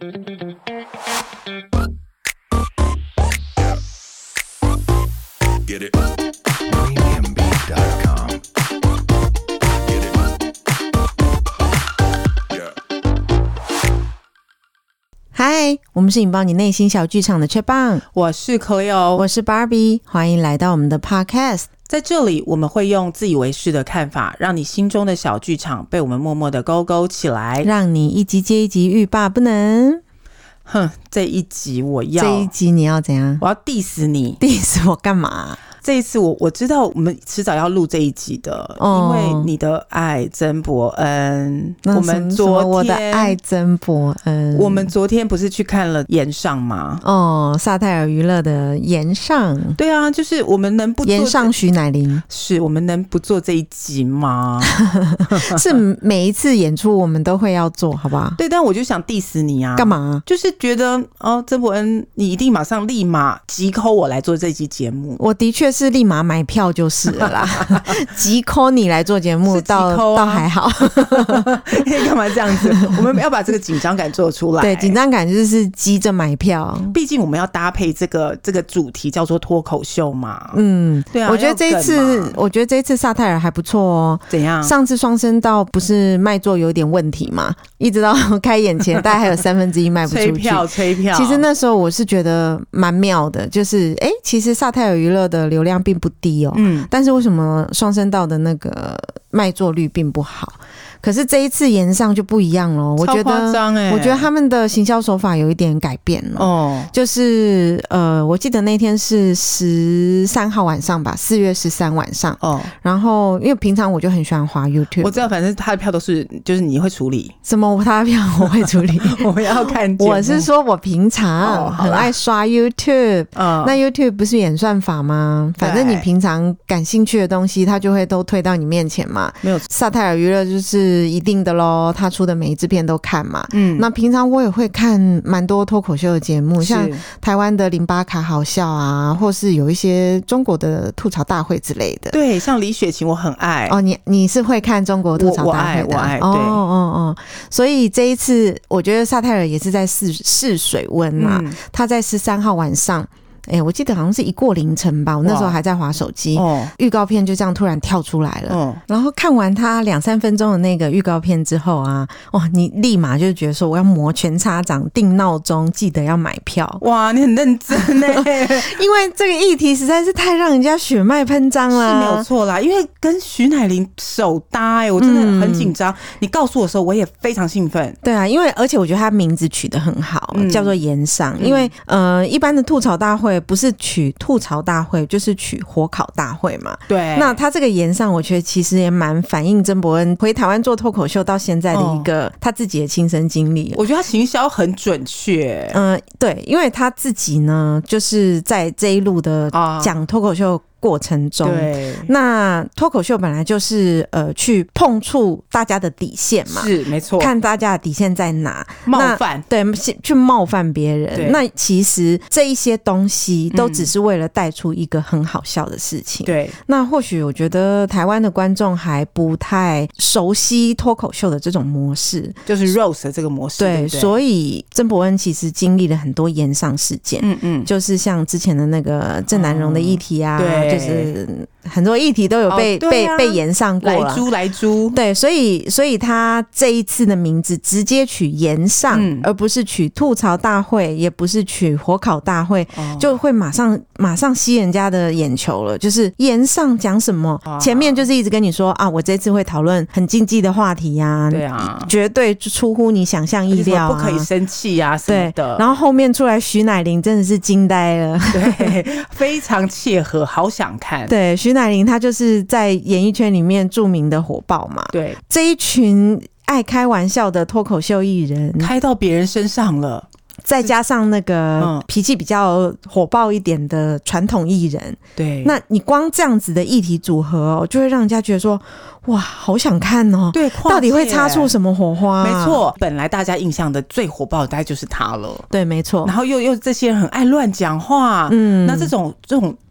Get it. Premiumbeat.com. Get it. Yeah. 嗨，我们是引爆你内心小剧场的雀棒， 我是 Cleo， 我是 Barbie， 欢迎来到我们的 Podcast。 在这里我们会用自以为是的看法，让你心中的小剧场被我们默默的勾勾起来， 让你一集接一集欲罢不能。 哼，这一集这一集你要怎样？ 我要 diss 你。 diss 我干嘛？ 这一次我知道我们迟早要录这一集的，因为你的爱曾伯恩，我们昨天我的爱曾伯恩， 我们昨天不是去看了岩上吗？ 哦，萨泰尔娱乐的岩上， 对啊，就是我们能不做岩上徐乃麟， 是我们能不做这一集吗？ 是每一次演出我们都会要做，好不好？ 对，但我就想 diss 你啊， 干嘛？ 就是觉得哦，曾伯恩，你一定立马急 call 我来做这期节目。 我的确是立马买票就是了啦，急 call 你来做节目，倒还好。 干嘛这样子？我们要把这个紧张感做出来。 对，紧张感就是急着买票。 毕竟我们要搭配这个主题叫做脱口秀嘛。 嗯，对啊。我觉得这一次萨泰尔还不错哦。 怎样？ 上次双声道不是卖座有点问题嘛？一直到开演前，大概还有1/3卖不出去。 催票。 其实那时候我是觉得蛮妙的，就是其实萨泰尔娱乐的流量并不低哦。但是为什么双声道的那个卖座率并不好？可是这一次演上就不一样了，我觉得他们的行销手法有一点改变了。哦，就是我记得那天是13号晚上吧，4月13晚上。哦，然后因为平常我就很喜欢滑 YouTube， 我知道，反正他的票都是就是你会处理什么？他的票我会处理， 我要看。 我是说我平常很爱刷 YouTube，那 YouTube 不是演算法吗？反正你平常感兴趣的东西，它就会都推到你面前嘛。 没有， 萨泰尔娱乐就是一定的咯，他出的每一支片都看嘛。那平常我也会看蛮多脱口秀的节目，像台湾的08卡好笑啊，或是有一些中国的吐槽大会之类的。 对，像李雪琴我很爱。 哦，你是会看中国吐槽大会的？ 我爱。 哦，所以这一次我觉得萨泰尔也是在试水温啦。他在13号晚上。我记得好像是一过凌晨吧，我那时候还在滑手机，预告片就这样突然跳出来了。然后看完他2-3分钟的那个预告片之后啊，哇，你立马就觉得说我要摩拳擦掌，定闹钟，记得要买票。 哇，你很认真耶。 因为这个议题实在是太让人家血脉喷张了。 是没有错啦，因为跟徐乃麟手搭我真的很紧张。你告诉我的时候我也非常兴奋。 对啊，因为而且我觉得他名字取得很好，叫做岩上。因为一般的吐槽大会不是取吐槽大会，就是取火烤大会嘛。 对， 那他这个岩上我觉得其实也蛮反映曾伯恩回台湾做脱口秀到现在的一个他自己的亲身经历。 我觉得他行销很准确。 对，因为他自己呢就是在这一路的讲脱口秀过程中，对，那脱口秀本来就是去碰触大家的底线嘛， 是没错， 看大家的底线在哪， 冒犯， 对，去冒犯别人。那其实这一些东西都只是为了带出一个很好笑的事情。 对， 那或许我觉得台湾的观众还不太熟悉脱口秀的这种模式， 就是 roast 这个模式。 对，所以曾伯恩其实经历了很多炎上事件，就是像之前的那个郑南榕的议题啊，对。就是很多议题都有被延上过了， 来猪， 对，所以他这一次的名字直接取延上，而不是取吐槽大会，也不是取火烤大会，就会马上吸人家的眼球了。就是延上讲什么，前面就是一直跟你说啊，我这次会讨论很禁忌的话题啊，对啊，绝对出乎你想象意料啊， 不可以生气啊什么的。 然后后面出来徐乃麟真的是惊呆了， 对，非常切合，好想看。 对，徐乃麟他就是在演艺圈里面著名的火爆嘛。 对， 这一群爱开玩笑的脱口秀艺人开到别人身上了， 再加上那个脾气比较火爆一点的传统艺人， 对， 那你光这样子的议题组合就会让人家觉得说，哇，好想看哦！ 对， 到底会擦出什么火花？ 没错，本来大家印象的最火爆的大概就是他了。 对，没错。 然后又这些人很爱乱讲话，那这种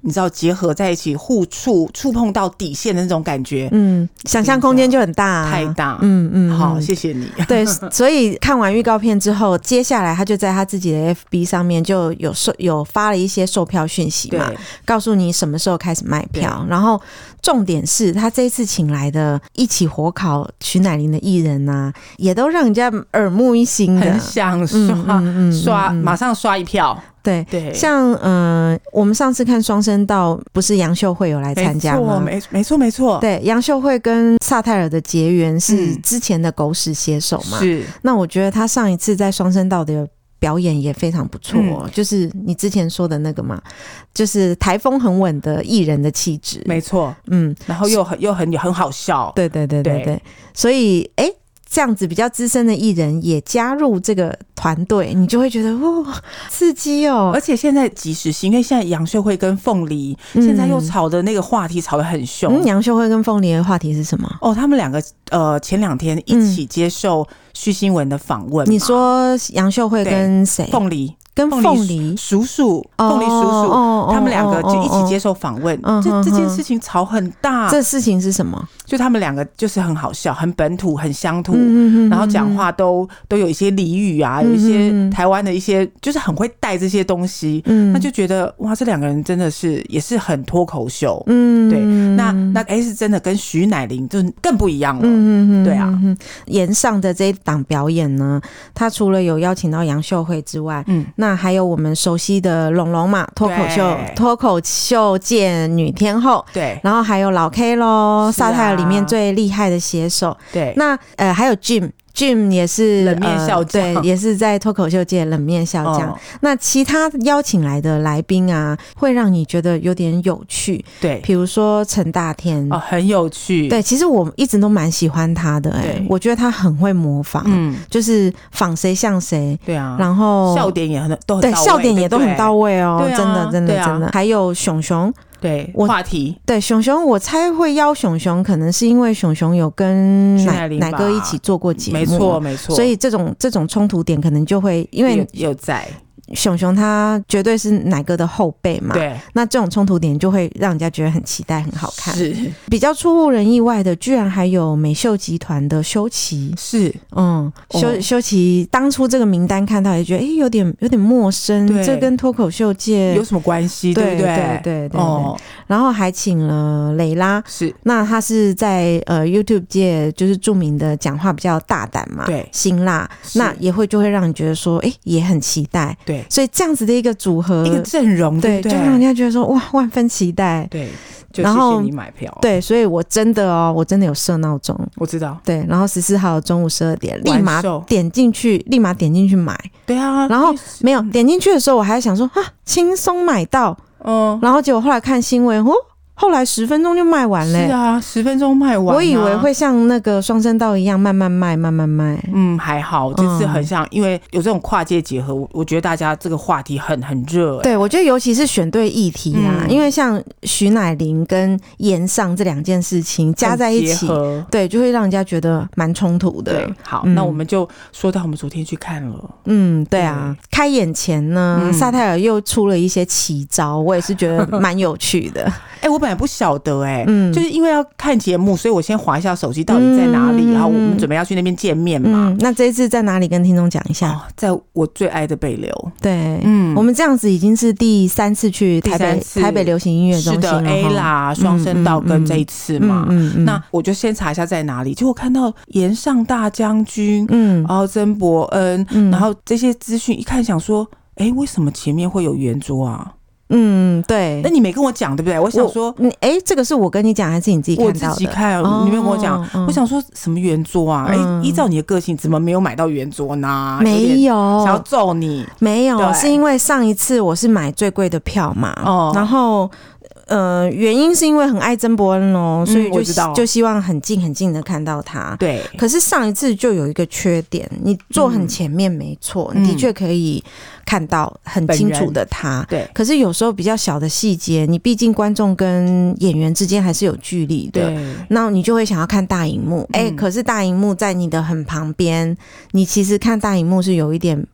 你知道结合在一起，互触碰到底线的那种感觉， 想象空间就很大啊， 太大，好，谢谢你。 对，所以看完预告片之后，接下来他就在他自己的 FB 上面就有发了一些售票讯息嘛，告诉你什么时候开始卖票，然后重点是他这一次请来的一起火烤徐乃麟的艺人啊，也都让人家耳目一新的， 很想刷马上刷一票。 对，像我们上次看双声道，不是杨秀慧有来参加吗？ 没错。 对，杨秀慧跟萨泰尔的结缘是之前的狗屎写手嘛？ 是。 那我觉得他上一次在双声道的表演也非常不错，就是你之前说的那个嘛，就是台风很稳的艺人的气质， 没错。然后又很好笑。 对，所以这样子比较资深的艺人也加入这个团队，你就会觉得刺激哦。 而且现在即时性，因为现在杨秀慧跟凤梨现在又吵的那个话题吵得很凶。 杨秀慧跟凤梨的话题是什么？ 他们两个前2天一起接受徐新闻的访问。 你说杨秀慧跟谁？ 凤梨。 跟凤梨叔叔，凤梨叔叔，他们两个就一起接受访问。这件事情吵很大。 这事情是什么？ 就他们两个就是很好笑，很本土，很乡土，然后讲话都有一些俚语啊，有一些台湾的一些，就是很会带这些东西。那就觉得哇，这两个人真的是也是很脱口秀。对，那是真的跟徐乃麟就更不一样了。对啊， 岩上的这一档表演呢，他除了有邀请到杨秀慧之外，那还有我们熟悉的龙龙嘛，脱口秀界女天后， 对， 然后还有老 K 咯，萨泰尔里面最厉害的写手， 对， 那还有 Jim 也是冷面笑匠， 对，也是在脱口秀界冷面笑匠。那其他邀请来的来宾啊，会让你觉得有点有趣， 对， 比如说陈大天， 很有趣， 对，其实我一直都蛮喜欢他的，我觉得他很会模仿，就是仿谁像谁， 对啊， 然后笑点也都很到位， 对，笑点也都很到位哦，真的，还有熊熊。 对，话题对熊熊，我猜会邀熊熊，可能是因为熊熊有跟奶哥一起做过节目， 没错， 所以这种冲突点可能就会因为有在。 熊熊他绝对是奶哥的后辈嘛， 对， 那这种冲突点就会让人家觉得很期待，很好看。 是比较出乎人意外的，居然还有美秀集团的修齐， 是修齐当初这个名单看到也觉得有点陌生，这跟脱口秀界有什么关系？对不对？ 对。然后还请了蕾拉， 是那他是在YouTube 界就是著名的讲话比较大胆嘛， 对， 辛辣，那就会让你觉得说也很期待， 对， 所以这样子的一个组合， 一个阵容，对， 就让人家觉得说哇，万分期待， 对。就谢谢你买票， 对，所以我真的有设闹钟， 我知道， 对，然后14号中午12点，立马点进去买， 对啊， 然后没有点进去的时候，我还想说轻松买到，然后结果后来看新闻，后来10分钟就卖完了， 是啊，10分钟卖完， 我以为会像那个双声道一样慢慢卖， 还好，这次很像，因为有这种跨界结合，我觉得大家这个话题很热， 对，我觉得尤其是选对议题啦，因为像徐乃麟跟岩上这2件事情加在一起，对，就会让人家觉得蛮冲突的。 对，好，那我们就说到我们昨天去看了， 对啊，开演前呢，萨泰尔又出了一些奇招，我也是觉得蛮有趣的。 我本来不晓得就是因为要看节目，所以我先滑一下手机到底在哪里，然后我们准备要去那边见面嘛。 那这一次在哪里跟听众讲一下？ 在我最爱的北流。 对，我们这样子已经是第3次去台北流行音乐中心了。 是的 ，A 啦，双声道跟这一次嘛。那我就先查一下在哪里，结果看到岩上大将军，然后曾伯恩，然后这些资讯一看想说，为什么前面会有圆桌啊？ 对， 那你没跟我讲对不对？我想说， 这个是我跟你讲还是你自己看到的？ 我自己看，你没有跟我讲。我想说什么圆桌啊？依照你的个性，怎么没有买到圆桌呢？ 没有， 想要揍你？ 没有，是因为上一次我是买最贵的票嘛，然后。原因是因为很爱曾伯恩咯，所以就希望很近的看到他。 对， 可是上一次就有一个缺点，你坐很前面没错，你的确可以看到很清楚的他。 对， 可是有时候比较小的细节，你毕竟观众跟演员之间还是有距离的，那你就会想要看大荧幕。可是大荧幕在你的很旁边，你其实看大荧幕是有一点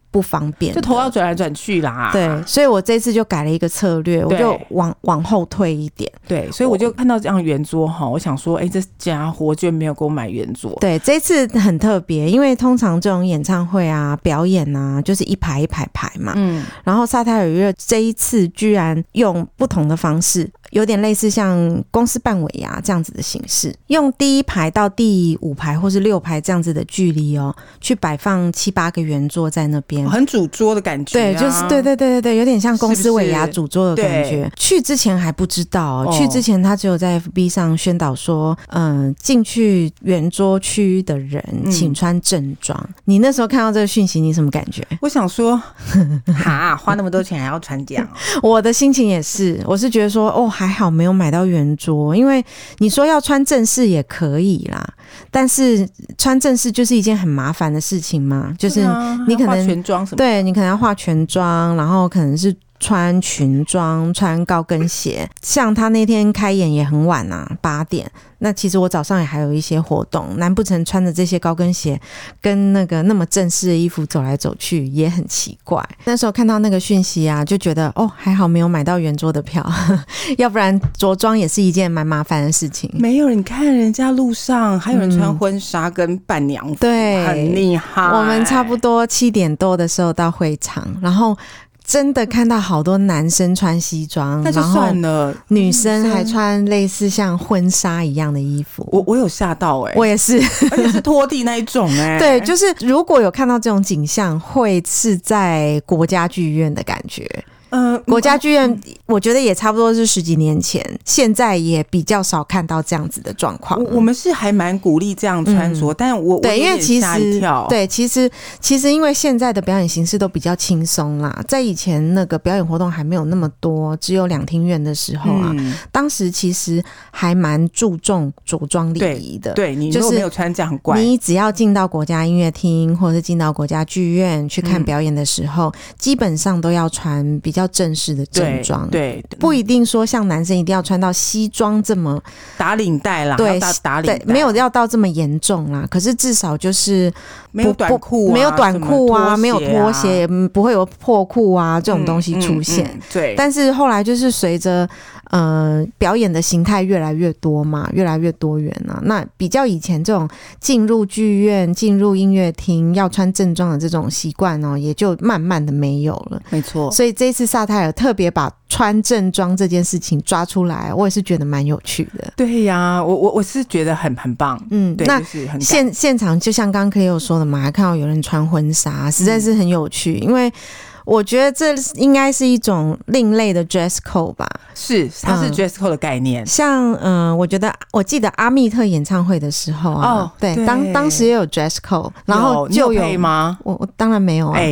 不方便， 就头要转来转去啦。 对，所以我这次就改了一个策略，我就往后退一点。 对，所以我就看到这样圆桌哈，我想说，这家伙居然没有给我买圆桌。 对，这次很特别，因为通常这种演唱会啊、表演啊，就是一排一排排嘛。然后萨泰尔娱乐这一次居然用不同的方式，有点类似像公司办尾牙这样子的形式，用第1排到第5排或是6排这样子的距离去摆放7、8个圆桌在那边， 很主桌的感觉。 对，就是对，有点像公司尾牙主桌的感觉。是不是？去之前还不知道，去之前他只有在 FB 上宣导说，进去圆桌区的人请穿正装。你那时候看到这个讯息，你什么感觉？ 我想说，花那么多钱还要穿这样？ 我的心情也是，我是觉得说，还好没有买到圆桌，因为你说要穿正式也可以啦，但是穿正式就是一件很麻烦的事情嘛，就是你可能化全妆什么， 对，你可能要化全妆，然后可能是穿裙装、穿高跟鞋。像他那天开演也很晚啊，8点。那其实我早上也还有一些活动，难不成穿着这些高跟鞋跟那么正式的衣服走来走去也很奇怪。那时候看到那个讯息啊，就觉得还好没有买到圆桌的票，要不然着装也是一件蛮麻烦的事情。 没有，你看人家路上还有人穿婚纱跟伴娘服， 对， 很厉害。 我们差不多7点多的时候到会场，然后真的看到好多男生穿西装， 那就算了， 女生还穿类似像婚纱一样的衣服。 我有吓到我也是， 而且是拖地那一种对，就是如果有看到这种景象，会是在国家剧院的感觉。国家剧院我觉得也差不多是10几年前，现在也比较少看到这样子的状况。 我们是还蛮鼓励这样穿着，但对，因为其实对， 其实因为现在的表演形式都比较轻松啦，在以前那个表演活动还没有那么多，只有2厅院的时候啊，当时其实还蛮注重着装礼仪的。 对，你如果没有穿这样很怪。 你只要进到国家音乐厅或者是进到国家剧院去看表演的时候，基本上都要穿比较正式的正装。 对， 不一定说像男生一定要穿到西装这么打领带啦， 对， 打领带， 没有要到这么严重啦。可是至少就是没有短裤啊， 没有短裤啊，没有拖鞋，不会有破裤啊这种东西出现。 对， 但是后来就是随着表演的形态越来越多嘛，越来越多元啊。那比较以前这种进入剧院、进入音乐厅要穿正装的这种习惯也就慢慢的没有了。 没错， 所以这一次萨泰尔特别把穿正装这件事情抓出来，我也是觉得蛮有趣的。 对呀，我是觉得很棒。对， 那就是很现场就像刚刚 Cleo 说的嘛，还看到有人穿婚纱，实在是很有趣，因为我觉得这应该是一种另类的 dress code 吧。 它是 dress code 的概念。 像我记得阿密特演唱会的时候啊，对，当时也有 dress code， 然后就有配吗？ 我当然没有啊。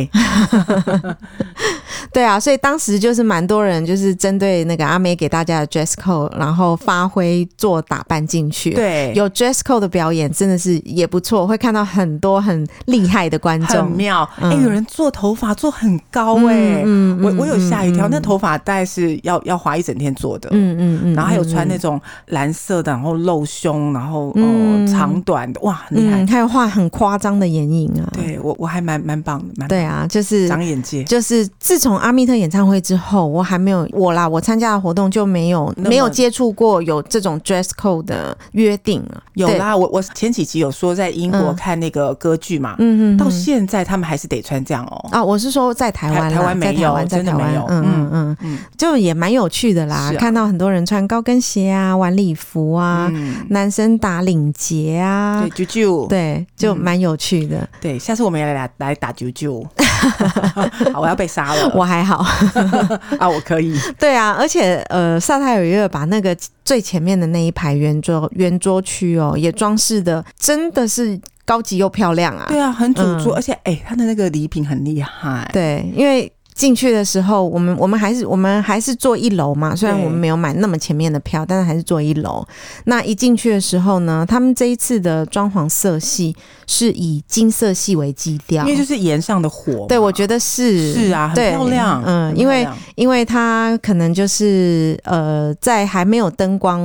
对啊，所以当时就是蛮多人就是针对那个阿妹给大家的 dress code， 然后发挥做打扮进去。 对， 有 dress code 的表演真的是也不错，会看到很多很厉害的观众， 很妙。有人做头发做很高我有吓一跳，那头发大概是要花一整天做的。然后还有穿那种蓝色的，然后露胸，然后长短的，哇，很厉害。 还有画很夸张的眼影啊。 对，我还蛮棒的， 对啊，就是长眼界。 就是自从阿密特演唱会之后，我还没有我参加的活动就没有接触过有这种 dress code 的约定了。 有啦，我前几集有说在英国看那个歌剧嘛，到现在他们还是得穿这样我是说在台湾， 台湾没有， 在台湾真的没有。 就也蛮有趣的啦，看到很多人穿高跟鞋啊，玩礼服啊，男生打领结啊， 对，啾啾， 对，就蛮有趣的。 对，下次我们也来打啾啾。好，我要被杀了。 我还好我可以。 对啊，而且萨泰尔娱乐把那个最前面的那一排圆桌区也装饰的真的是高级又漂亮啊。 对啊，很主桌，而且他的那个礼品很厉害。 对，因为进去的时候，我们还是坐1楼嘛，虽然我们没有买那么前面的票，但是还是坐1楼。那一进去的时候呢，他们这一次的装潢色系是以金色系为基调， 因为就是岩上的火。 对，我觉得是啊，很漂亮。 因为它可能就是在还没有灯光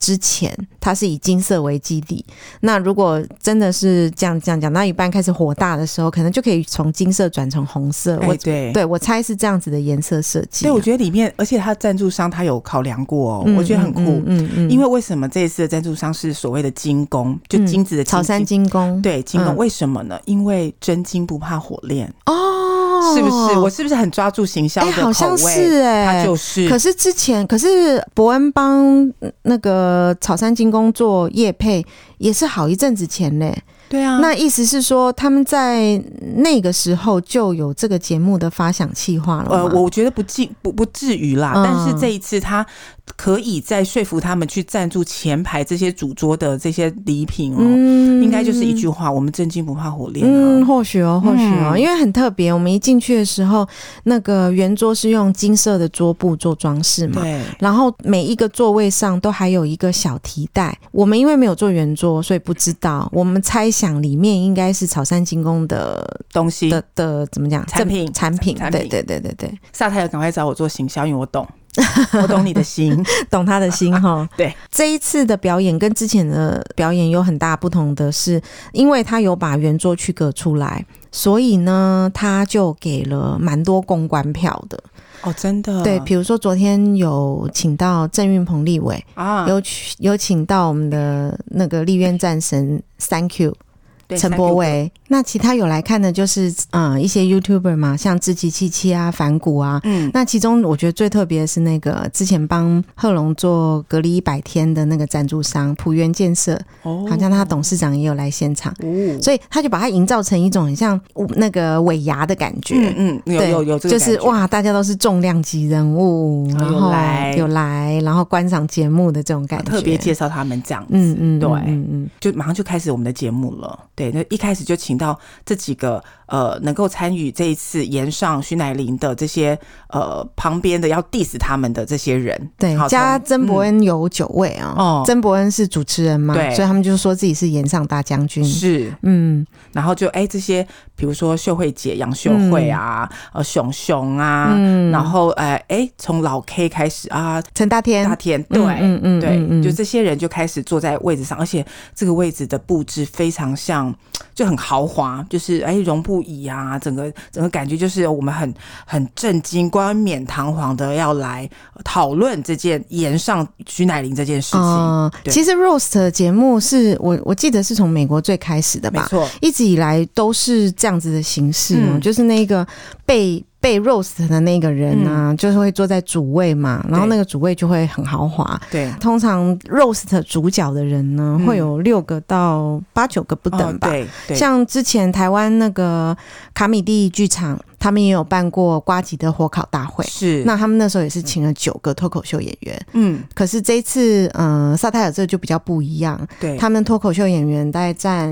之前它是以金色为基底，那如果真的是这样讲到一半开始火大的时候，可能就可以从金色转成红色。对，我猜是这样子的颜色设计。 对，我觉得里面，而且它赞助商他有考量过哦，我觉得很酷。因为为什么这一次的赞助商是所谓的金工，就金子的草山金工？对， 金工。为什么呢？因为真金不怕火炼哦，是不是？我是不是很抓住行销的口味？ 好像是它就是。 可是伯恩帮那个草山金工做业配也是好一阵子前嘞。 对啊， 那意思是说他们在那个时候就有这个节目的发想企划了吗？ 我觉得不至于啦，但是这一次他可以再说服他们去赞助前排这些主桌的这些礼品哦，应该就是一句话：我们真金不怕火炼啊。 或许哦，因为很特别。我们一进去的时候，那个圆桌是用金色的桌布做装饰嘛， 对。 然后每一个座位上都还有一个小提袋。我们因为没有做圆桌，所以不知道。我们猜想里面应该是草山金工的东西的怎么讲？产品。对。 萨泰尔赶快找我做行销，因为我懂。我懂你的心， 懂他的心哈。 对， 这一次的表演跟之前的表演有很大不同的是，因为他有把圆桌区隔出来，所以呢，他就给了蛮多公关票的。 哦，真的？ 对，比如说昨天有请到郑运鹏立委啊，有请到我们的那个立院战神 Thank you。陈柏惟，那其他有来看的就是一些 YouTuber 嘛，像志祺七七啊、反骨啊。那其中我觉得最特别的是那个之前帮贺龙做隔离100天的那个赞助商浦原建设，好像他董事长也有来现场，所以他就把它营造成一种很像那个尾牙的感觉。 有这个感觉， 就是哇，大家都是重量级人物，然后有来，然后观赏节目的这种感觉， 特别介绍他们这样子。对，就马上就开始我们的节目了。对，那一开始就请到这几个能够参与这一次延上徐乃麟的这些旁边的要 diss 他们的这些人， 对，加曾伯恩有9位啊。曾伯恩是主持人嘛，所以他们就说自己是延上大将军， 是然后就这些比如说秀慧姐杨秀慧啊，熊熊啊，然后从老 K 开始啊， 陈大天对，就这些人就开始坐在位置上，而且这个位置的布置非常像，就很豪华，就是绒布椅啊，整个感觉就是我们很震惊、冠冕堂皇的要来讨论这件延上徐乃麟这件事情。 其实 roast 节目是我记得是从美国最开始的吧， 没错， 一直以来都是这样子的形式，就是那个被 roast 的那个人啊，就是会坐在主位嘛，然后那个主位就会很豪华。对，通常 roast 主角的人呢，会有6个到8、9个不等吧。对，像之前台湾那个卡米蒂剧场，他们也有办过呱吉的火烤大会， 是， 那他们那时候也是请了9个脱口秀演员。可是这一次萨泰尔这就比较不一样，对，他们脱口秀演员大概占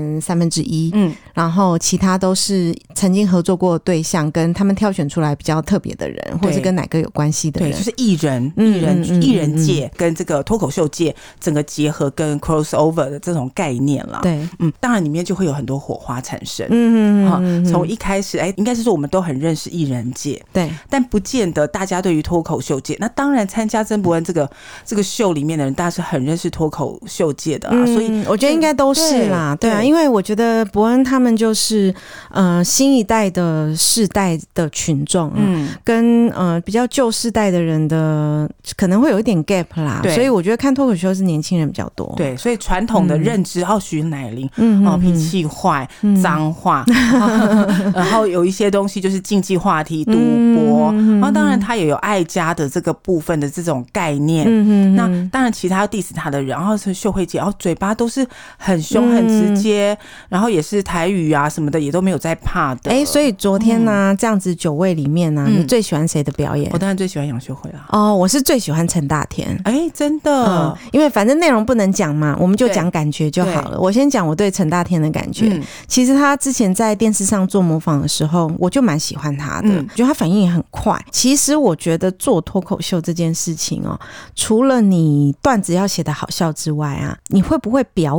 1/3，然后其他都是曾经合作过的对象，跟他们挑选出来比较特别的人，或者跟哪个有关系的人， 对，就是艺人界跟这个脱口秀界整个结合跟 crossover 的这种概念啦。 对， 当然里面就会有很多火花产生。从一开始，应该是说我们都很认识艺人界，对，但不见得大家对于脱口秀界，那当然参加曾伯恩这个秀里面的人，大家是很认识脱口秀界的啊，所以我觉得应该都是啦，对啊，因为我觉得伯恩他们就是新一代的世代的群众，跟比较旧世代的人的可能会有一点 gap 啦，所以我觉得看脱口秀是年轻人比较多， 对，所以传统的认知，徐乃麟脾气坏、脏话，然后有一些东西就是竞技话题、赌博，然后当然他也有爱家的这个部分的这种概念，那当然其他 diss 他的人，然后是秀慧姐，然后嘴巴都是很凶很直接，然后也是台语啊什么的也都没有在怕的。 所以昨天呢，这样子9位里面呢，你最喜欢谁的表演？ 我当然最喜欢杨秀慧啦。 我是最喜欢陈大天。 真的， 因为反正内容不能讲嘛，我们就讲感觉就好了。我先讲我对陈大天的感觉。其实他之前在电视上做模仿的时候，我就蛮喜欢他的，觉得他反应也很快。其实我觉得做脱口秀这件事情除了你段子要写得好笑之外啊，你会不会表演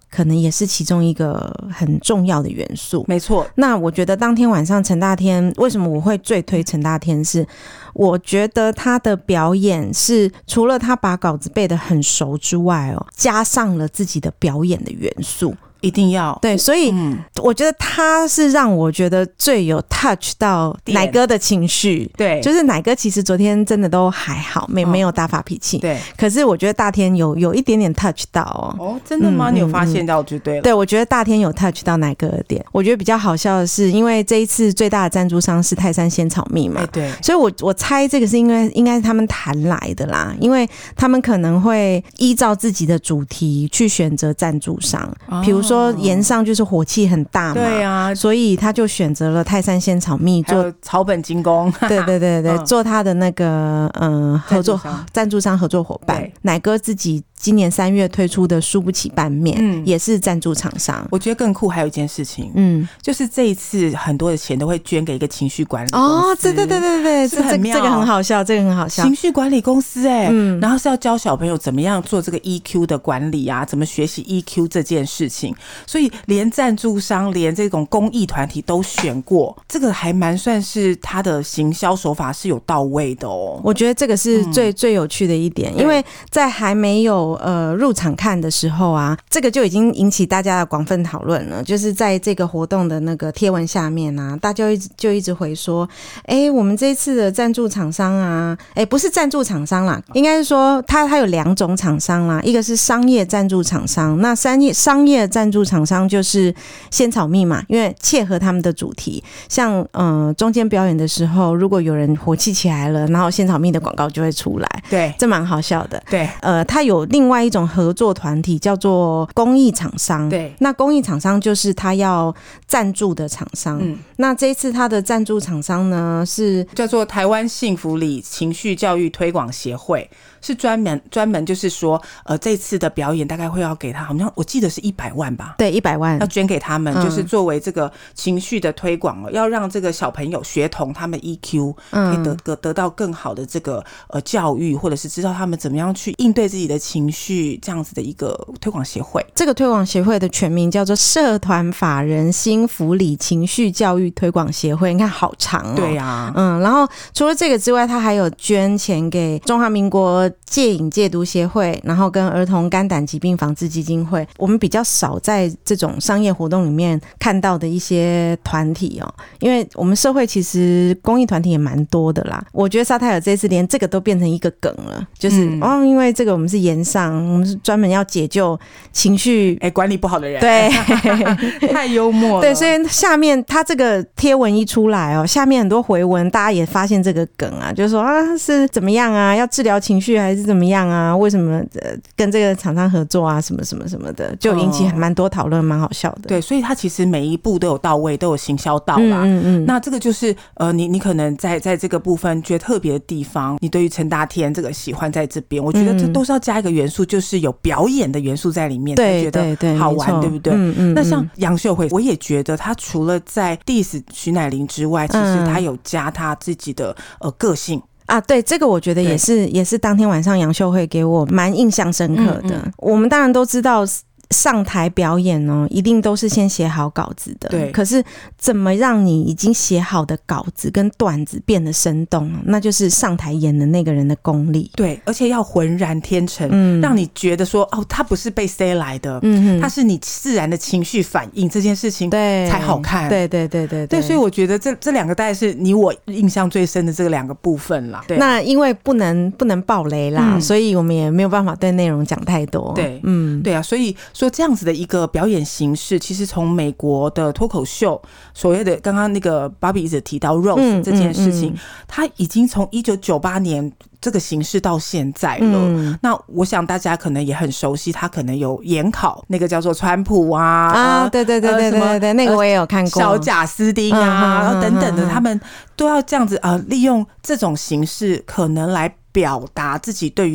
可能也是其中一个很重要的元素。 没错。 那我觉得当天晚上陈大天，为什么我会最推陈大天是，我觉得他的表演是除了他把稿子背得很熟之外加上了自己的表演的元素。 一定要对，所以我觉得他是让我觉得最有 touch 到奶哥的情绪。 对， 就是奶哥其实昨天真的都还好，没有大发脾气。 对， 可是我觉得大天有一点点 touch 到哦，真的吗？你有发现到就对了。 对，我觉得大天有 touch 到奶哥的点。我觉得比较好笑的是，因为这一次最大的赞助商是泰山仙草蜜嘛， 对， 所以我猜这个是因为应该是他们谈来的啦，因为他们可能会依照自己的主题去选择赞助商，比如说岩上就是火气很大嘛， 对啊， 所以他就选择了泰山仙草蜜做草本精工， 对，做他的那个合作赞助商合作伙伴。奶哥自己今年3月推出的输不起拌面，也是赞助厂商。 我觉得更酷还有一件事情，就是这一次很多的钱都会捐给一个情绪管理公司。 对， 是很妙， 这个很好笑，这个很好笑。 情绪管理公司然后是要教小朋友怎么样做这个 EQ 的管理啊，怎么学习 EQ 这件事情，所以连赞助商连这种公益团体都选过，这个还蛮算是他的行销手法是有到位的哦。 我觉得这个是最有趣的一点，因为在还没有入场看的时候啊，这个就已经引起大家的广泛讨论了。就是在这个活动的那个贴文下面啊，大家就一直回说，我们这一次的赞助厂商啊，不是赞助厂商啦，应该是说它有2种厂商啦，一个是商业赞助厂商，那商业赞助厂商就是仙草蜜嘛，因为切合他们的主题，像中间表演的时候，如果有人火气起来了，然后仙草蜜的广告就会出来， 对， 这蛮好笑的。 对， 它有另外一种合作团体叫做公益厂商， 对， 那公益厂商就是他要赞助的厂商。那这一次他的赞助厂商呢是叫做台湾幸福里情绪教育推广协会，是专门就是说这次的表演大概会要给他，好像我记得是100万吧， 对，100万要捐给他们，就是作为这个情绪的推广，要让这个小朋友学童他们 EQ 可以得到更好的这个教育，或者是知道他们怎么样去应对自己的情绪，这样子的一个推广协会。 这个推广协会的全名叫做社团法人新福里情绪教育推广协会，你看好长哦。 对啊， 然后除了这个之外，他还有捐钱给中华民国戒瘾戒毒协会，然后跟儿童肝胆疾病防治基金会。我们比较少在这种商业活动里面看到的一些团体因为我们社会其实公益团体也蛮多的啦。我觉得沙泰尔这次连这个都变成一个梗了，就是因为这个我们是岩上，我们是专门要解救情绪管理不好的人， 对太幽默了。 对，所以下面他这个贴文一出来下面很多回文大家也发现这个梗啊，就是说是怎么样啊，要治疗情绪还是怎么样啊，为什么跟这个厂商合作啊，什么什么什么的，就引起蛮多讨论，蛮好笑的。 对，所以他其实每一步都有到位，都有行销到啦。那这个就是你可能在这个部分觉得特别的地方，你对于陈大天这个喜欢在这边，我觉得这都是要加一个元素，就是有表演的元素在里面，才觉得好玩，对不对？那像杨秀慧，我也觉得他除了在 diss 徐乃麟之外，其实他有加他自己的个性。 对，这个我觉得也是当天晚上杨秀慧给我蛮印象深刻的。我们当然都知道上台表演一定都是先写好稿子的， 对。 可是怎么让你已经写好的稿子跟段子变得生动，那就是上台演的那个人的功力。 对，而且要浑然天成，让你觉得说他不是被塞来的，他是你自然的情绪反应，这件事情才好看。对，所以我觉得这两个大概是你我印象最深的这个2个部分啦。对， 那因为不能爆雷啦，所以我们也没有办法对内容讲太多。 对，对啊，所以说这样子的一个表演形式，其实从美国的脱口秀所谓的刚刚那个 Bobby 一直提到 Rose 这件事情，它已经从1998年这个形式到现在了。那我想大家可能也很熟悉，他可能有研考那个叫做川普对， 那个我也有看过， 小贾斯汀然后等等的，他们都要这样子利用这种形式可能来表达自己对于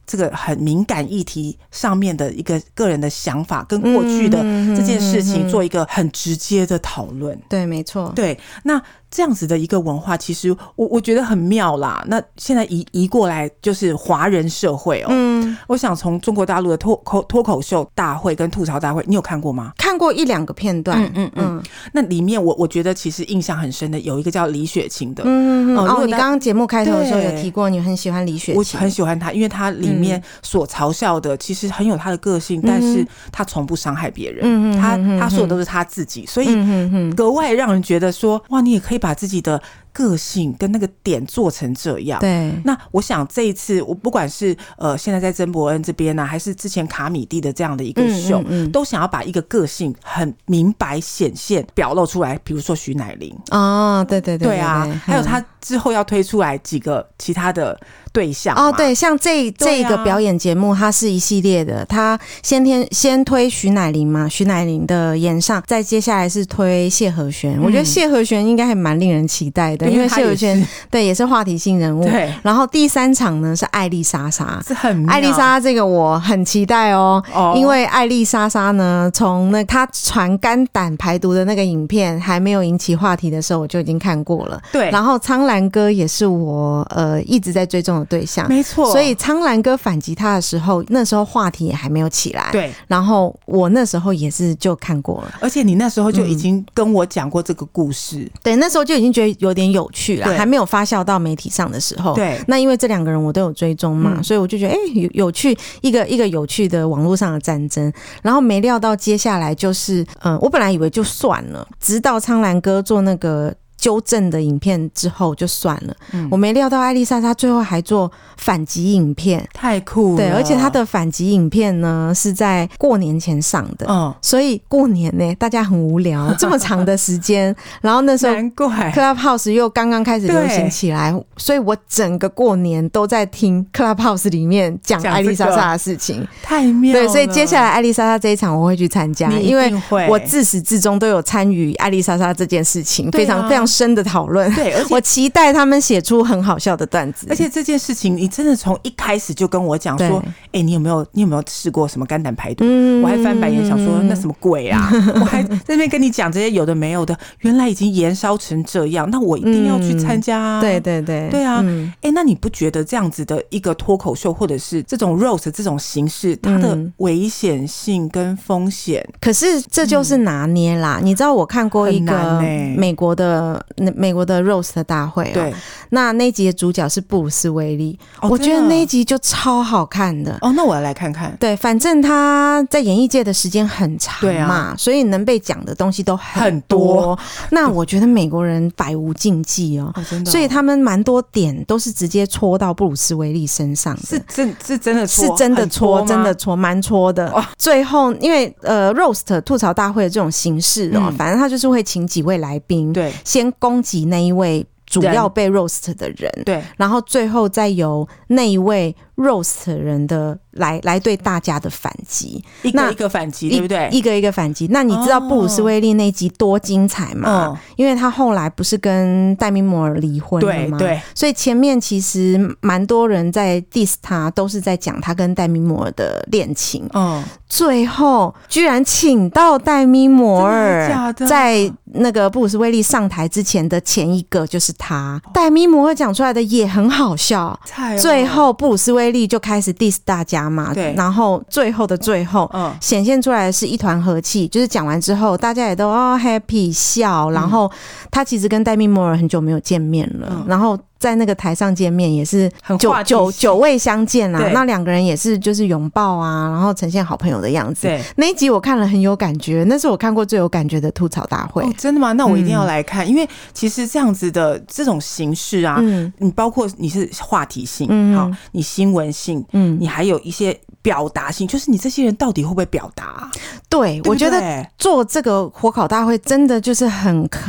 这个很敏感议题上面的一个个人的想法跟过去的这件事情做一个很直接的讨论。 对，没错。 对，那这样子的一个文化，其实我觉得很妙啦。那现在移过来就是华人社会我想从中国大陆的脱口秀大会跟吐槽大会，你有看过吗？ 看过1-2个片段。 那里面我觉得其实印象很深的有一个叫李雪琴的。 你刚刚节目开头的时候有提过，你很喜欢李雪琴。 我很喜欢她，因为她里面所嘲笑的其实很有她的个性，但是她从不伤害别人。她说的都是她自己，所以格外让人觉得说，哇，你也可以把自己的个性跟那个点做成这样。 对， 那我想这一次我不管是现在在曾伯恩这边还是之前卡米蒂的这样的一个秀，都想要把一个个性很明白显现表露出来，比如说徐乃麟对啊，还有他之后要推出来几个其他的对象对，像这个表演节目它是一系列的，他先推徐乃麟嘛，徐乃麟的演上，再接下来是推谢和弦。我觉得谢和弦应该还蛮令人期待的，因为谢和弦对也是话题性人物。 对， 然后第3场呢是艾丽莎莎， 是很妙。 艾丽莎莎这个我很期待因为艾丽莎莎呢，从她传肝胆排毒的那个影片还没有引起话题的时候，我就已经看过了。 对， 然后苍兰哥也是我一直在追踪的对象， 没错。 所以苍兰哥反击他的时候，那时候话题也还没有起来。 对， 然后我那时候也是就看过了， 而且你那时候就已经跟我讲过这个故事。 对，那时候就已经觉得有点有趣了，还没有发酵到媒体上的时候。 对， 那因为这2个人我都有追踪嘛，所以我就觉得有趣，一个有趣的网络上的战争。然后没料到接下来就是我本来以为就算了，直到苍兰哥做那个纠正的影片之后就算了，我没料到艾丽莎莎最后还做反击影片， 太酷了。 对，而且她的反击影片呢是在过年前上的，所以过年呢大家很无聊，这么长的时间，然后那时候难怪 Clubhouse 又刚刚开始流行起来，所以我整个过年都在听 Clubhouse 里面讲艾丽莎莎的事情， 太妙了。 对，所以接下来艾丽莎莎这一场我会去参加，因为我自始至终都有参与艾丽莎莎这件事情，非常非常深的讨论。 对，而且我期待他们写出很好笑的段子。 而且这件事情，你真的从一开始就跟我讲说，你有没有试过什么肝胆排毒？我还翻白眼想说那什么鬼啊！我还在那边跟你讲这些有的没有的，原来已经延烧成这样，那我一定要去参加啊！ 对对对， 对啊！那你不觉得这样子的一个脱口秀或者是这种 roast 这种形式，它的危险性跟风险？ 可是这就是拿捏啦。你知道我看过一个美国的 roast 的大会对， 那一集的主角是布鲁斯威利，我觉得那一集就超好看的。 那我要来看看。 对，反正他在演艺界的时间很长嘛，所以能被讲的东西都很多。那我觉得美国人百无禁忌真的所以他们蛮多点都是直接戳到布鲁斯威利身上的。 是真的戳， 是真的戳，真的戳，蛮戳的。最后因为roast 吐槽大会的这种形式反正他就是会请几位来宾， 对， 先攻击那一位主要被 roast 的人， 对， 然后最后再由那一位 roast 人的来对大家的反击， 一个一个反击，对不对？ 一个一个反击。那你知道布鲁斯威利那集多精彩吗？因为他后来不是跟戴米摩尔离婚了吗？ 对， 所以前面其实蛮多人在 diss 他，都是在讲他跟戴米摩尔的恋情。最后居然请到戴米摩尔，在那个布鲁斯威利上台之前的前一个就是他。戴米摩尔讲出来的也很好笑，最后布鲁斯威利就开始 diss 大家嘛， 对， 然后最后的最后显现出来的是一团和气，就是讲完之后大家也都happy 笑，然后他其实跟戴米摩尔很久没有见面了，然后在那个台上见面也是久未相见啊，那2个人也是就是拥抱啊，然后呈现好朋友的样子。 对， 那一集我看了很有感觉，那是我看过最有感觉的吐槽大会。 真的吗？那我一定要来看，因为其实这样子的这种形式啊，你包括你是话题性，好，你新闻性，你还有一些表达性，就是你这些人到底会不会表达？ 对，我觉得做这个火烤大会真的就是很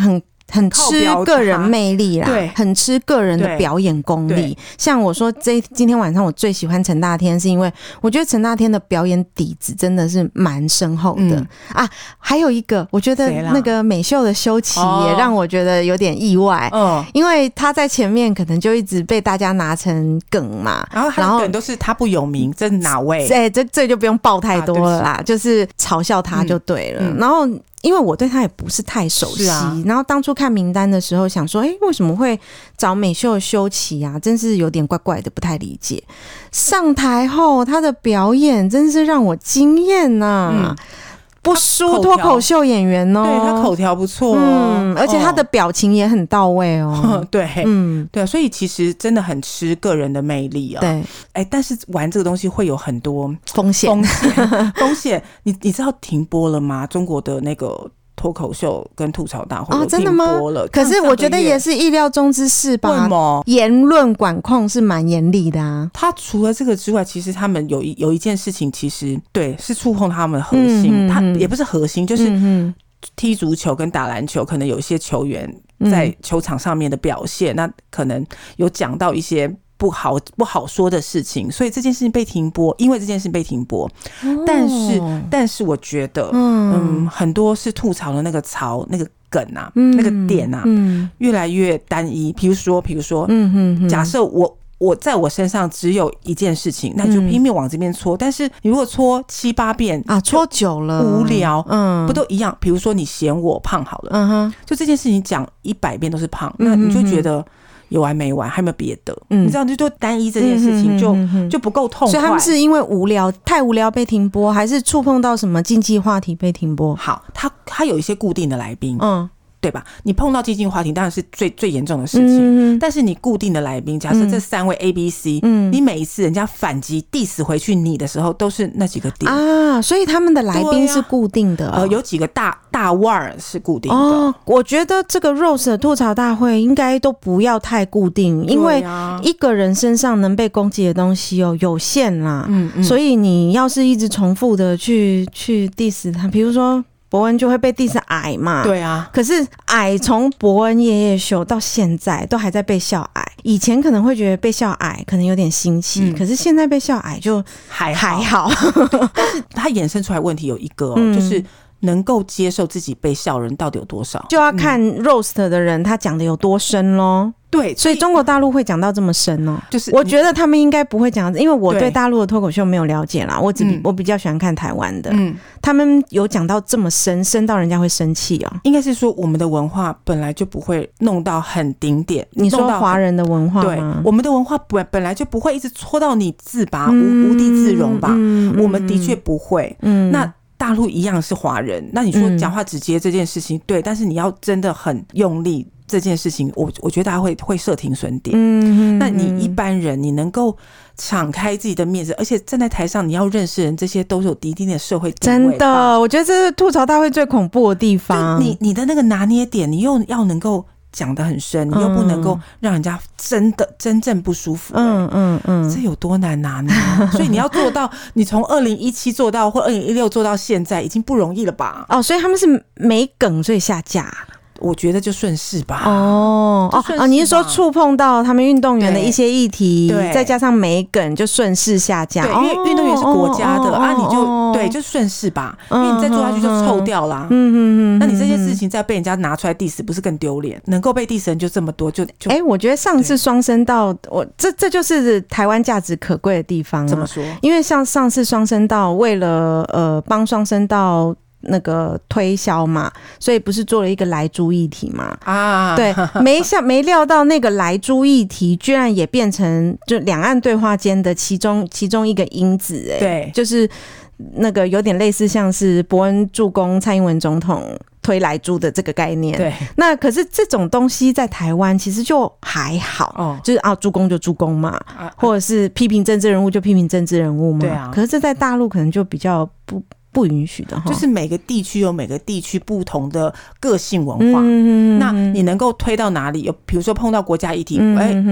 很吃个人魅力啦， 对， 很吃个人的表演功力。像我说今天晚上我最喜欢陈大天，是因为我觉得陈大天的表演底子真的是蛮深厚的、啊。还有一个，我觉得那个美秀的修齐也让我觉得有点意外，因为他在前面可能就一直被大家拿成梗嘛， 然后他的梗都是他不有名，这是哪位？ 这就不用爆太多了啦，就是嘲笑他就对了。然后因为我对他也不是太熟悉，然后当初看名单的时候想说，为什么会找美秀修齐啊？真是有点怪怪的，不太理解。上台后他的表演真是让我惊艳啊！不输脱口秀演员哦， 对，他口条不错而且他的表情也很到位哦。 对，对，所以其实真的很吃个人的魅力啊。 对， 但是玩这个东西会有很多风险。 你知道停播了吗？中国的那个脱口秀跟吐槽大会有停播了， 可是我觉得也是意料中之事吧。 为什么？ 言论管控是蛮严厉的啊。 他除了这个之外，其实他们有一件事情，其实对是触碰他们的核心，他也不是核心，就是踢足球跟打篮球，可能有一些球员在球场上面的表现，那可能有讲到一些不好说的事情，所以这件事情被停播，因为这件事情被停播。但是我觉得很多是吐槽的那个那个梗啊，那个点啊，越来越单一。比如说假设我在我身上只有一件事情，那就拼命往这边戳，但是你如果戳7、8遍啊，戳久了无聊，不都一样？比如说你嫌我胖好了，就这件事情讲100遍都是胖，那你就觉得有完没完，还有没有别的？你知道，就单一这件事情就不够痛快。 所以他们是因为太无聊被停播，还是触碰到什么禁忌话题被停播？ 好，他有一些固定的来宾，对吧？你碰到禁忌话题当然是最严重的事情，但是你固定的来宾，假设这3位 A、B、C，你每一次人家反击 diss 回去你的时候，都是那几个点啊，所以他们的来宾是固定的， 有几个大腕儿是固定的。 我觉得这个 Rose 的吐槽大会应该都不要太固定，因为一个人身上能被攻击的东西有限啦，所以你要是一直重复的去 diss 他，比如说伯恩就会被 diss 矮嘛， 对啊。 可是矮从伯恩夜夜秀到现在都还在被笑矮，以前可能会觉得被笑矮可能有点新奇，可是现在被笑矮就还好。 但是他衍生出来问题有一个就是能够接受自己被笑人到底有多少， 就要看 roast 的人他讲的有多深咯。 对， 所以中国大陆会讲到这么深哦， 就是我觉得他们应该不会讲，因为我对大陆的脱口秀没有了解啦，我比较喜欢看台湾的，他们有讲到这么深到人家会生气哦。 应该是说我们的文化本来就不会弄到很顶点， 你说华人的文化吗？ 对，我们的文化本来就不会一直戳到你自拔，无地自容吧，我们的确不会。那大陆一样是华人，那你说讲话直接这件事情，对，但是你要真的很用力这件事情，我觉得大家会设停损点。那你一般人你能够敞开自己的面子，而且站在台上你要认识人，这些都是有一定的社会地位。 真的，我觉得这是吐槽大会最恐怖的地方。 你的那个拿捏点，你又要能够讲得很深，你又不能够让人家真正不舒服。这有多难拿捏？所以你要做到，你从2017做到或2016做到现在，已经不容易了吧？ 所以他们是没梗所以下架。 我觉得就顺势吧。 你是说触碰到他们运动员的一些议题，再加上没梗就顺势下架？ 对，因为运动员是国家的你就对，就顺势吧，因为你再做下去就臭掉啦。那你这些事情再被人家拿出来 diss， 不是更丢脸？能够被 diss 人就这么多， 我觉得上次双声道，这就是台湾价值可贵的地方。 怎么说？ 因为像上次双声道为了帮双声道那个推销嘛，所以不是做了一个莱猪议题嘛？对，没料到那个莱猪议题居然也变成就两岸对话间的其中一个因子。 对， 就是那个有点类似像是伯恩助攻蔡英文总统推莱猪的这个概念。 对， 那可是这种东西在台湾其实就还好，就是助攻就助攻嘛，或者是批评政治人物就批评政治人物嘛。 对啊， 可是这在大陆可能就比较不允许的， 就是每个地区有每个地区不同的个性文化。那你能够推到哪里？比如说碰到国家议题，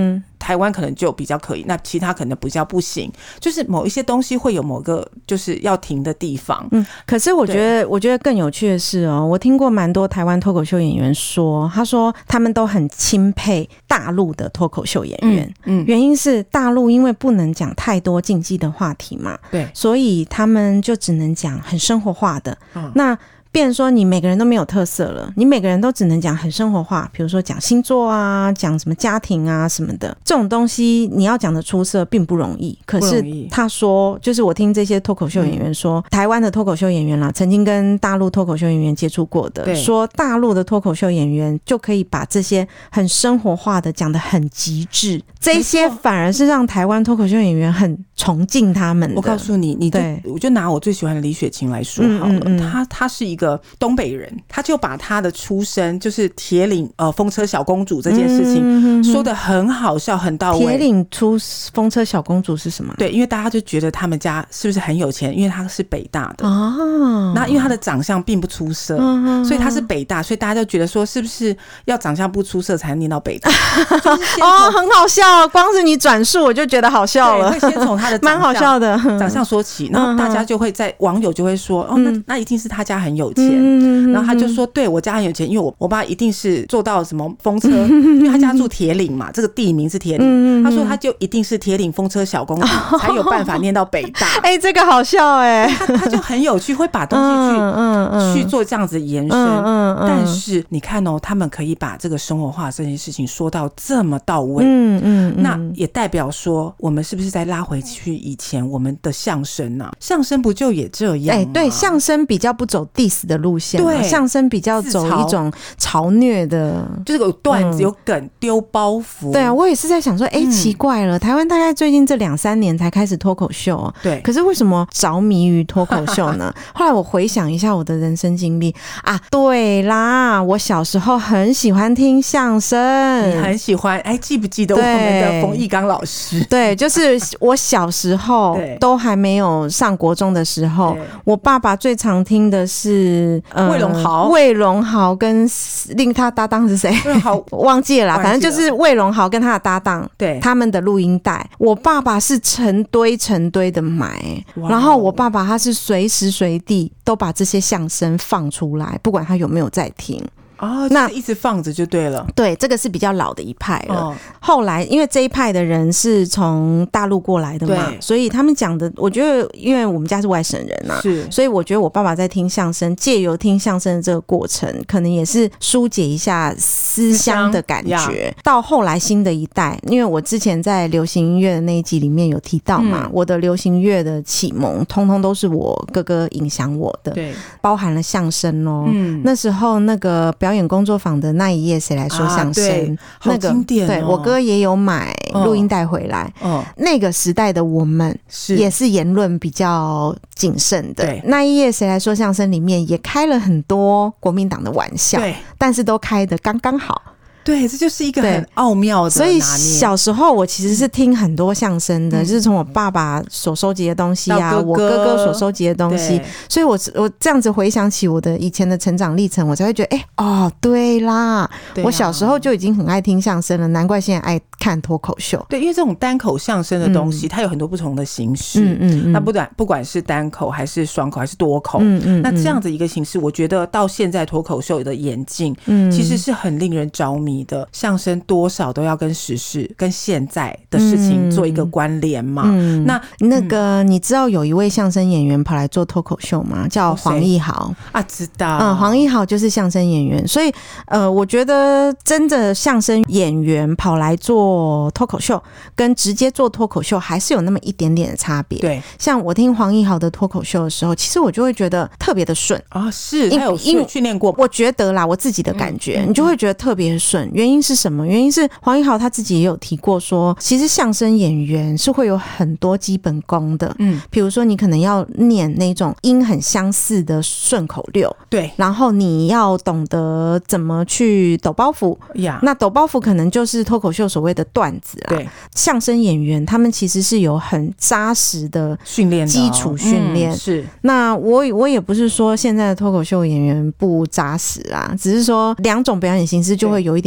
台湾可能就比较可以，那其他可能比较不行，就是某一些东西会有某个就是要停的地方。 可是我觉得更有趣的是我听过蛮多台湾脱口秀演员说，他说他们都很钦佩大陆的脱口秀演员，原因是大陆因为不能讲太多禁忌的话题嘛， 对， 所以他们就只能讲很生活化的，那变成说你每个人都没有特色了，你每个人都只能讲很生活化，比如说讲星座啊，讲什么家庭啊什么的，这种东西你要讲的出色并不容易。可是他说，就是我听这些脱口秀演员说，台湾的脱口秀演员啦，曾经跟大陆脱口秀演员接触过的，说大陆的脱口秀演员就可以把这些很生活化的讲得很极致，这些反而是让台湾脱口秀演员很崇敬他们的。 我告诉你，我就拿我最喜欢的李雪琴来说好了，她是一个东北人，他就把他的出身就是铁岭风车小公主这件事情说得很好笑，很到位。 铁岭出风车小公主是什么？ 对，因为大家就觉得他们家是不是很有钱，因为他是北大的哦，那因为他的长相并不出色，所以他是北大，所以大家就觉得说是不是要长相不出色才能念到北大哦，很好笑，光是你转述我就觉得好笑了。 会先从他的蛮好笑的长相说起，然后大家就会在网友就会说哦，那一定是他家很有钱，然后他就说对，我家很有钱，因为我爸一定是做到什么风车，因为他家住铁岭嘛，这个地名是铁岭，他说他就一定是铁岭风车小公主才有办法念到北大。 这个好笑他就很有趣，会把东西去做这样子的延伸，但是你看他们可以把这个生活化这件事情说到这么到位，那也代表说我们是不是再拉回去以前我们的相声啊？相声不就也这样吗？ 对，相声比较不走 diss 的路线，对，相声比较走一种嘲虐的， 就是有段子有梗丢包袱。 对啊，我也是在想说奇怪了，台湾大概最近这2-3年才开始脱口秀，对，可是为什么着迷于脱口秀呢？后来我回想一下我的人生经历啊，对啦，我小时候很喜欢听相声， 你很喜欢，记不记得我们的冯翊纲老师？ 对，就是我小时候都还没有上国中的时候，我爸爸最常听的是魏龙豪跟另他搭档是谁？忘记了啦，反正就是魏龙豪跟他的搭档，对，他们的录音带，我爸爸是成堆的买，然后我爸爸他是随时随地都把这些相声放出来，不管他有没有在听。 那一直放着就对了。 对，这个是比较老的一派了。后来因为这一派的人是从大陆过来的嘛，所以他们讲的，我觉得因为我们家是外省人啊，所以我觉得我爸爸在听相声，借由听相声的这个过程，可能也是疏解一下思乡的感觉。到后来新的一代，因为我之前在流行音乐的那一集里面有提到嘛，我的流行乐的启蒙通通都是我哥哥影响我的，对，包含了相声哦。那时候那个表演工作坊的那一夜谁来说相声， 好经典对，我哥也有买录音带回来。那个时代的我们也是言论比较谨慎的，那一夜谁来说相声里面也开了很多国民党的玩笑，但是都开得刚刚好。 对，这就是一个很奥妙的拿捏。 所以小时候我其实是听很多相声的，就是从我爸爸所收集的东西啊，我哥哥所收集的东西，所以我这样子回想起我的以前的成长历程，我才会觉得对啦，我小时候就已经很爱听相声了，难怪现在爱看脱口秀。 对，因为这种单口相声的东西，它有很多不同的形式，那不管是单口还是双口还是多口，那这样子一个形式，我觉得到现在脱口秀的演进，其实是很令人着迷的。相声多少都要跟时事跟现在的事情做一个关联嘛。那个你知道有一位相声演员跑来做脱口秀吗？叫黄义豪啊，知道。 黄义豪就是相声演员，所以我觉得真的相声演员跑来做脱口秀跟直接做脱口秀还是有那么一点点的差别。对，像我听黄义豪的脱口秀的时候，其实我就会觉得特别的顺啊，是他有训练过， 我觉得啦，我自己的感觉，你就会觉得特别顺。原因是什么？原因是黄义豪他自己也有提过说，其实相声演员是会有很多基本功的，比如说你可能要念那种音很相似的顺口溜，对，然后你要懂得怎么去抖包袱呀，那抖包袱可能就是脱口秀所谓的段子啦。对，相声演员他们其实是有很扎实的训练，基础训练。是，那我也不是说现在的脱口秀演员不扎实啦，只是说两种表演形式就会有一点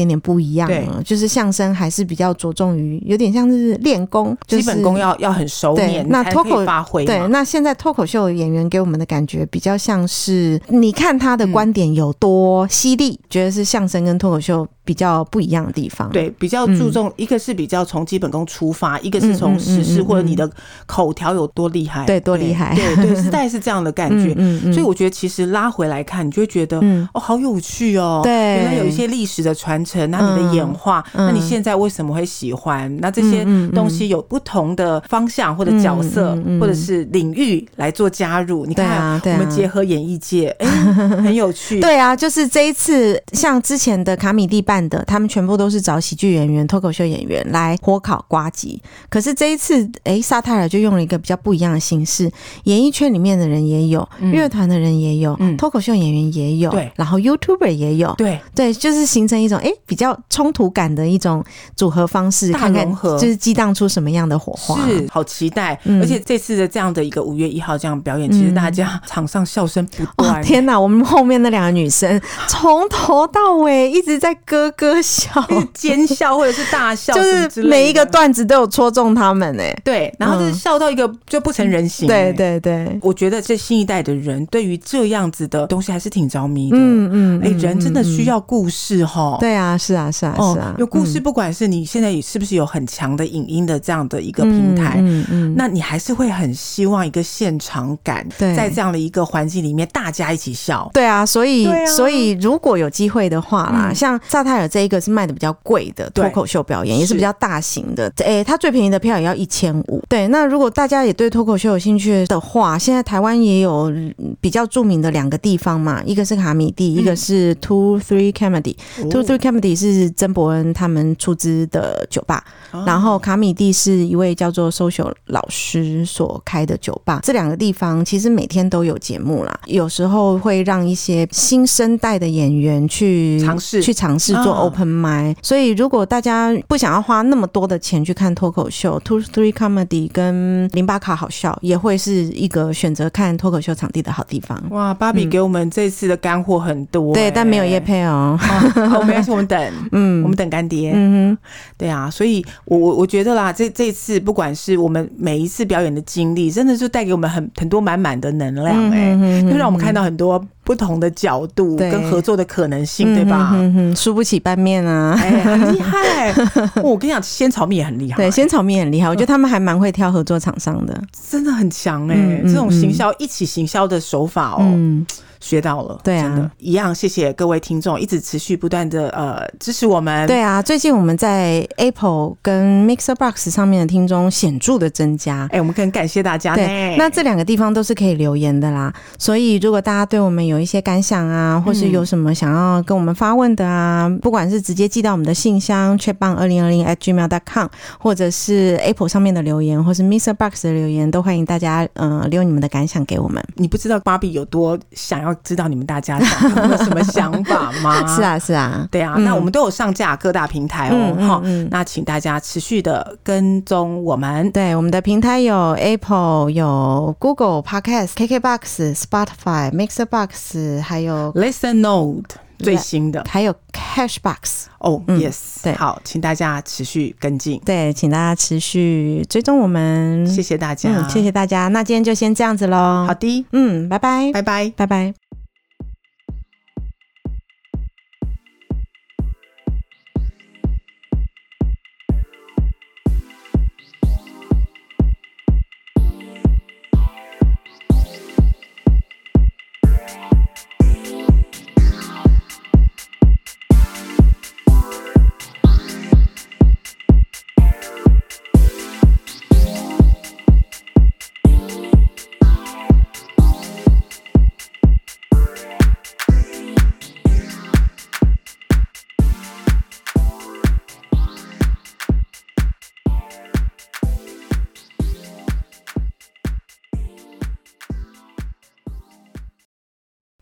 点不一样了，就是相声还是比较着重于有点像是练功，就是、 基本功要很熟练， 那才可以发挥。 对，那现在脱口秀演员给我们的感觉比较像是，你看他的观点有多犀利，觉得是相声跟脱口秀比较不一样的地方。 对，比较注重、一个是比较从基本功出发，一个是从时事或者你的口条有多厉害， 对，多厉害， 对，大概是这样的感觉。所以我觉得其实拉回来看，你就会觉得好有趣哦。 对， 原来有一些历史的传承，那你的演化，那你现在为什么会喜欢？那这些东西有不同的方向或者角色或者是领域来做加入。你看，我们结合演艺界，很有趣。 对啊，就是这一次像之前的卡米蒂办的，他们全部都是找喜剧演员、脱口秀演员来火烤呱吉。可是这一次，萨泰尔就用了一个比较不一样的形式，演艺圈里面的人也有，乐团的人也有，脱口秀演员也有， 对， 然后 YouTuber 也有，对，就是形成一种比较冲突感的一种组合方式， 大融合， 看看就是激荡出什么样的火花。 是，好期待！而且这次的这样的一个5月1号这样表演，其实大家场上笑声不断。 天哪，我们后面那2个女生从头到尾一直在咯咯笑、 尖笑或者是大笑， 就是每一个段子都有戳中他们。 对，然后就是笑到一个就不成人形。 对对对， 我觉得这新一代的人对于这样子的东西还是挺着迷的。人真的需要故事齁。 对啊，是啊，是啊，是啊， 有故事，不管是你现在是不是有很强的影音的这样的一个平台，那你还是会很希望一个现场感，在这样的一个环境里面，大家一起笑。 对啊，所以如果有机会的话啦，像萨泰尔这一个是卖的比较贵的脱口秀表演，也是比较大型的，它最便宜的票也要1500。对，那如果大家也对脱口秀有兴趣的话，现在台湾也有比较著名的2个地方嘛，一个是卡米蒂，一个是 Two-Three Comedy。Two-Three Comedy 是曾伯恩他们出资的酒吧，然后卡米蒂是一位叫做 Social 老师所开的酒吧。这2个地方其实每天都有节目啦，有时候会让一些新生代的演员去尝试做 open mic。所以如果大家不想要花那么多的钱去看脱口秀， Two-Three Comedy 跟08卡好笑也会是一个选择看脱口秀场地的好地方。 哇，芭比给我们这次的干货很多。 对，但没有业配哦。 好，没关系，我们等，我们等干爹。对啊，所以我觉得啦，这次不管是我们每一次表演的经历，真的就带给我们很多满满的能量，就让我们看到很多不同的角度跟合作的可能性，对吧？ 输不起拌面啊， 很厉害。我跟你讲，仙草面也很厉害。 对，仙草面也很厉害，我觉得他们还蛮会挑合作厂商的， 真的很强这种行销一起行销的手法学到了。对啊，真的一样。谢谢各位听众一直持续不断的支持我们。 对啊，最近我们在 Apple 跟 Mixer Box 上面的听众显著的增加， 我们很感谢大家。 对，那这2个地方都是可以留言的啦，所以如果大家对我们有一些感想啊，或是有什么想要跟我们发问的啊，不管是直接寄到我们的信箱 chatbang2020@gmail.com， 或者是 Apple 上面的留言，或是 Mixer Box 的留言，都欢迎大家留你们的感想给我们。 你不知道芭比有多想要知道你们大家有什么想法吗？ 是啊，是啊， 对啊，那我们都有上架各大平台那请大家持续的跟踪我们。 对，我们的平台有 Apple， 有 Google Podcast、KKBox、Spotify、Mixer Box， 还有 Listen Note 最新的， 还有 Cashbox。 yes， 对， 好，请大家持续跟进。 对，请大家持续追踪我们， 谢谢大家， 谢谢大家。那今天就先这样子咯。 好的， 拜拜， 拜拜， 拜拜。